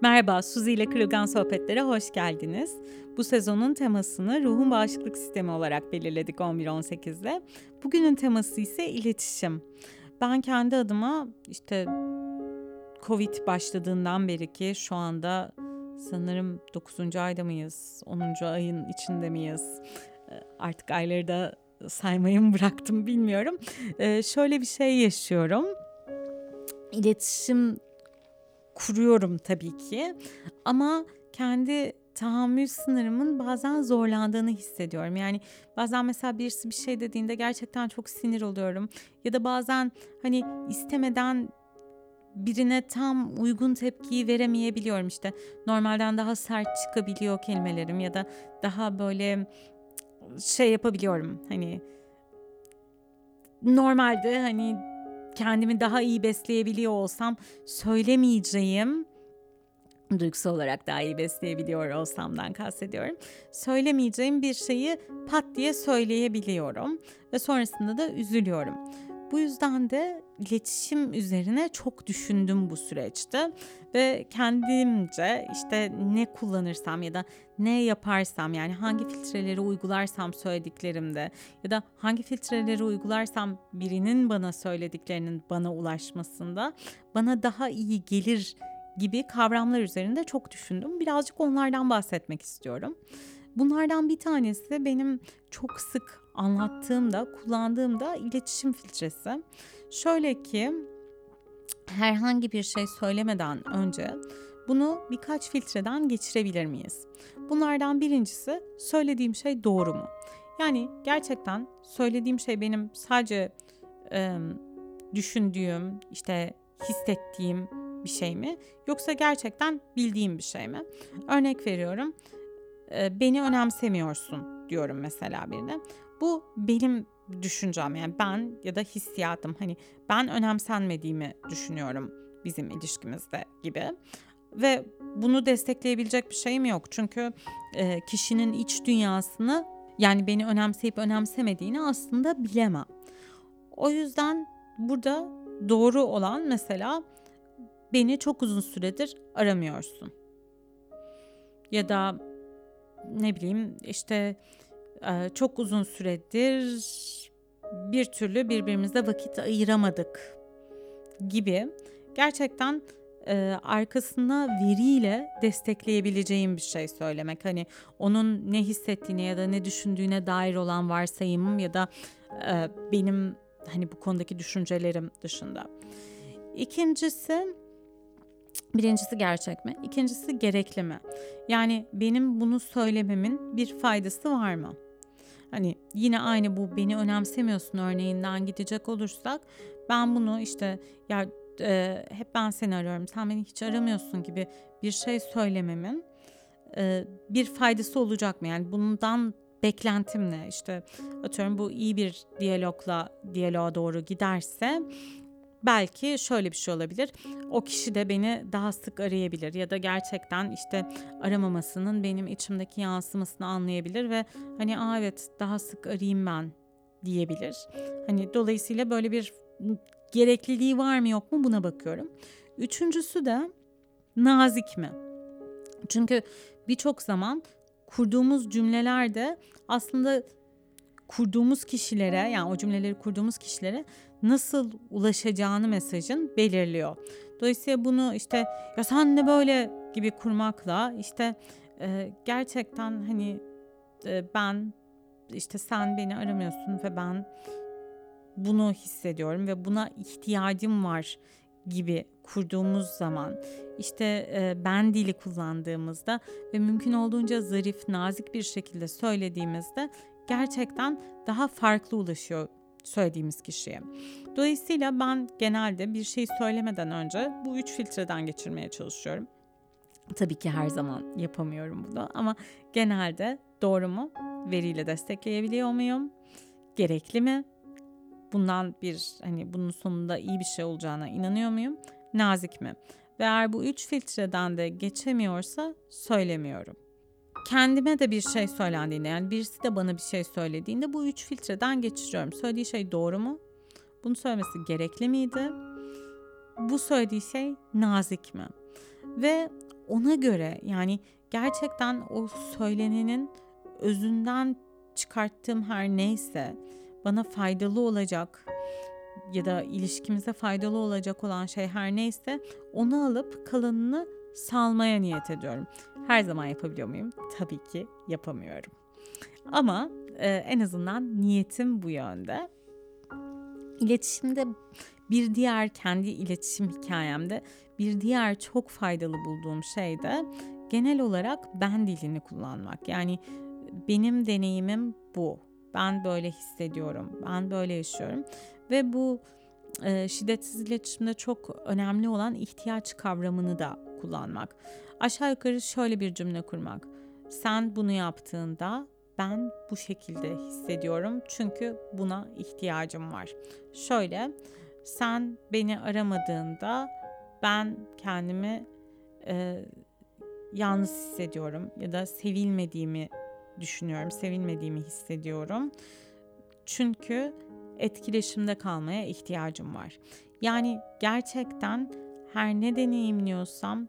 Merhaba, Suzi ile Kırılgan Sohbetlere hoş geldiniz. Bu sezonun temasını ruhun bağışıklık sistemi olarak belirledik 11-18'de. Bugünün teması ise iletişim. Ben kendi adıma Covid başladığından beri ki şu anda sanırım 9. ayda mıyız, 10. ayın içinde miyiz? Artık ayları da saymayı mı bıraktım bilmiyorum. Şöyle bir şey yaşıyorum. İletişim kuruyorum tabii ki ama kendi tahammül sınırımın bazen zorlandığını hissediyorum. Yani bazen mesela birisi bir şey dediğinde gerçekten çok sinir oluyorum. Ya da bazen hani istemeden birine tam uygun tepkiyi veremeyebiliyorum. İşte normalden daha sert çıkabiliyor kelimelerim ya da daha böyle şey yapabiliyorum. Hani normalde hani kendimi daha iyi besleyebiliyor olsam söylemeyeceğim, duygusal olarak daha iyi besleyebiliyor olsamdan kastediyorum. Söylemeyeceğim bir şeyi pat diye söyleyebiliyorum ve sonrasında da üzülüyorum. Bu yüzden de iletişim üzerine çok düşündüm bu süreçte ve kendimce işte ne kullanırsam ya da ne yaparsam, yani hangi filtreleri uygularsam söylediklerimde ya da hangi filtreleri uygularsam birinin bana söylediklerinin bana ulaşmasında bana daha iyi gelir gibi kavramlar üzerinde çok düşündüm. Birazcık onlardan bahsetmek istiyorum. Bunlardan bir tanesi benim çok sık anlattığımda, kullandığımda iletişim filtresi. Şöyle ki herhangi bir şey söylemeden önce bunu birkaç filtreden geçirebilir miyiz? Bunlardan birincisi, söylediğim şey doğru mu? Yani gerçekten söylediğim şey benim sadece e, düşündüğüm, hissettiğim bir şey mi? Yoksa gerçekten bildiğim bir şey mi? Örnek veriyorum. Beni önemsemiyorsun diyorum mesela birine. Bu benim düşüncem, yani ben ya da hissiyatım, hani ben önemsenmediğimi düşünüyorum bizim ilişkimizde gibi. Ve bunu destekleyebilecek bir şeyim yok. Çünkü kişinin iç dünyasını, yani beni önemseyip önemsemediğini aslında bilemem. O yüzden burada doğru olan mesela beni çok uzun süredir aramıyorsun. Ya da ne bileyim çok uzun süredir bir türlü birbirimize vakit ayıramadık gibi gerçekten arkasına veriyle destekleyebileceğim bir şey söylemek. Hani onun ne hissettiğine ya da ne düşündüğüne dair olan varsayımım ya da benim hani bu konudaki düşüncelerim dışında. Birincisi gerçek mi? İkincisi gerekli mi? Yani benim bunu söylememin bir faydası var mı? Hani yine aynı bu beni önemsemiyorsun örneğinden gidecek olursak, ben bunu hep ben seni arıyorum, sen beni hiç aramıyorsun gibi bir şey söylememin bir faydası olacak mı? Yani bundan beklentim ne? İşte atıyorum, bu iyi bir diyaloğa doğru giderse belki şöyle bir şey olabilir. O kişi de beni daha sık arayabilir ya da gerçekten aramamasının benim içimdeki yansımasını anlayabilir ve hani evet, daha sık arayayım ben diyebilir. Hani dolayısıyla böyle bir gerekliliği var mı yok mu, buna bakıyorum. Üçüncüsü de nazik mi? Çünkü birçok zaman kurduğumuz cümlelerde aslında kurduğumuz kişilere, yani o cümleleri kurduğumuz kişilere nasıl ulaşacağını mesajın belirliyor. Dolayısıyla bunu ya sen de böyle gibi kurmakla gerçekten hani ben sen beni aramıyorsun ve ben bunu hissediyorum ve buna ihtiyacım var gibi kurduğumuz zaman, ben dili kullandığımızda ve mümkün olduğunca zarif, nazik bir şekilde söylediğimizde gerçekten daha farklı ulaşıyor söylediğimiz kişiye. Dolayısıyla ben genelde bir şey söylemeden önce bu 3 filtreden geçirmeye çalışıyorum. Tabii ki her zaman yapamıyorum bunu ama genelde doğru mu? Veriyle destekleyebiliyor muyum? Gerekli mi? Bunun sonunda iyi bir şey olacağına inanıyor muyum? Nazik mi? Ve eğer bu 3 filtreden de geçemiyorsa söylemiyorum. Kendime de bir şey söylendiğinde, yani birisi de bana bir şey söylediğinde bu 3 filtreden geçiriyorum. Söylediği şey doğru mu? Bunu söylemesi gerekli miydi? Bu söylediği şey nazik mi? Ve ona göre, yani gerçekten o söylenenin özünden çıkarttığım her neyse, bana faydalı olacak ya da ilişkimize faydalı olacak olan şey her neyse, onu alıp kalanını salmaya niyet ediyorum. Her zaman yapabiliyor muyum? Tabii ki yapamıyorum. Ama en azından niyetim bu yönde. İletişimde bir diğer, kendi iletişim hikayemde bir diğer çok faydalı bulduğum şey de genel olarak ben dilini kullanmak. Yani benim deneyimim bu. Ben böyle hissediyorum, ben böyle yaşıyorum ve bu şiddetsiz iletişimde çok önemli olan ihtiyaç kavramını da kullanmak. Aşağı yukarı şöyle bir cümle kurmak: sen bunu yaptığında ben bu şekilde hissediyorum çünkü buna ihtiyacım var. Şöyle, sen beni aramadığında ben kendimi yalnız hissediyorum ya da sevilmediğimi düşünüyorum, sevilmediğimi hissediyorum. Çünkü etkileşimde kalmaya ihtiyacım var. Yani gerçekten her ne deneyimliyorsam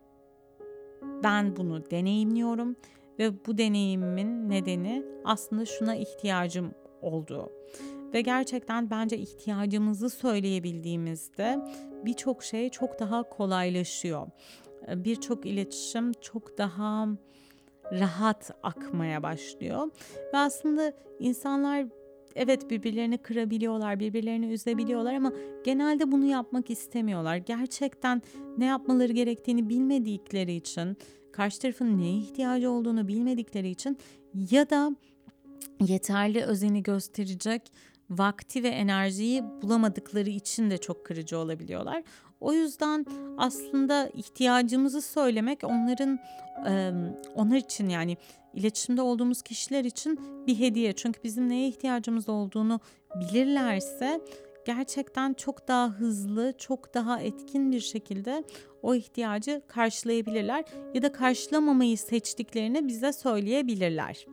ben bunu deneyimliyorum ve bu deneyimin nedeni aslında şuna ihtiyacım olduğu. Ve gerçekten bence ihtiyacımızı söyleyebildiğimizde birçok şey çok daha kolaylaşıyor. Birçok iletişim çok daha rahat akmaya başlıyor. Ve aslında insanlar evet birbirlerini kırabiliyorlar, birbirlerini üzebiliyorlar ama genelde bunu yapmak istemiyorlar. Gerçekten ne yapmaları gerektiğini bilmedikleri için, karşı tarafın neye ihtiyacı olduğunu bilmedikleri için ya da yeterli özeni gösterecek vakti ve enerjiyi bulamadıkları için de çok kırıcı olabiliyorlar. O yüzden aslında ihtiyacımızı söylemek onlar için, yani iletişimde olduğumuz kişiler için bir hediye. Çünkü bizim neye ihtiyacımız olduğunu bilirlerse gerçekten çok daha hızlı, çok daha etkin bir şekilde o ihtiyacı karşılayabilirler ya da karşılamamayı seçtiklerini bize söyleyebilirler.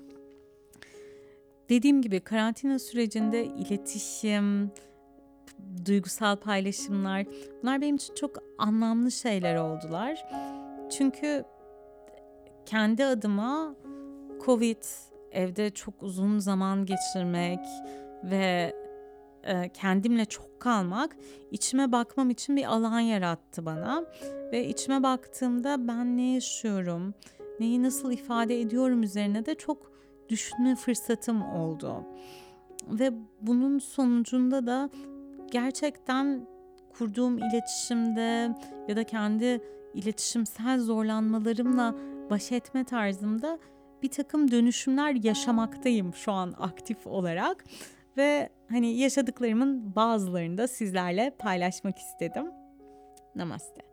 Dediğim gibi karantina sürecinde iletişim, duygusal paylaşımlar, bunlar benim için çok anlamlı şeyler oldular. Çünkü kendi adıma Covid, evde çok uzun zaman geçirmek ve kendimle çok kalmak içime bakmam için bir alan yarattı bana. Ve içime baktığımda ben ne yaşıyorum, neyi nasıl ifade ediyorum üzerine de çok düşünme fırsatım oldu. Ve bunun sonucunda da gerçekten kurduğum iletişimde ya da kendi iletişimsel zorlanmalarımla baş etme tarzımda bir takım dönüşümler yaşamaktayım şu an aktif olarak. Ve hani yaşadıklarımın bazılarını da sizlerle paylaşmak istedim. Namaste.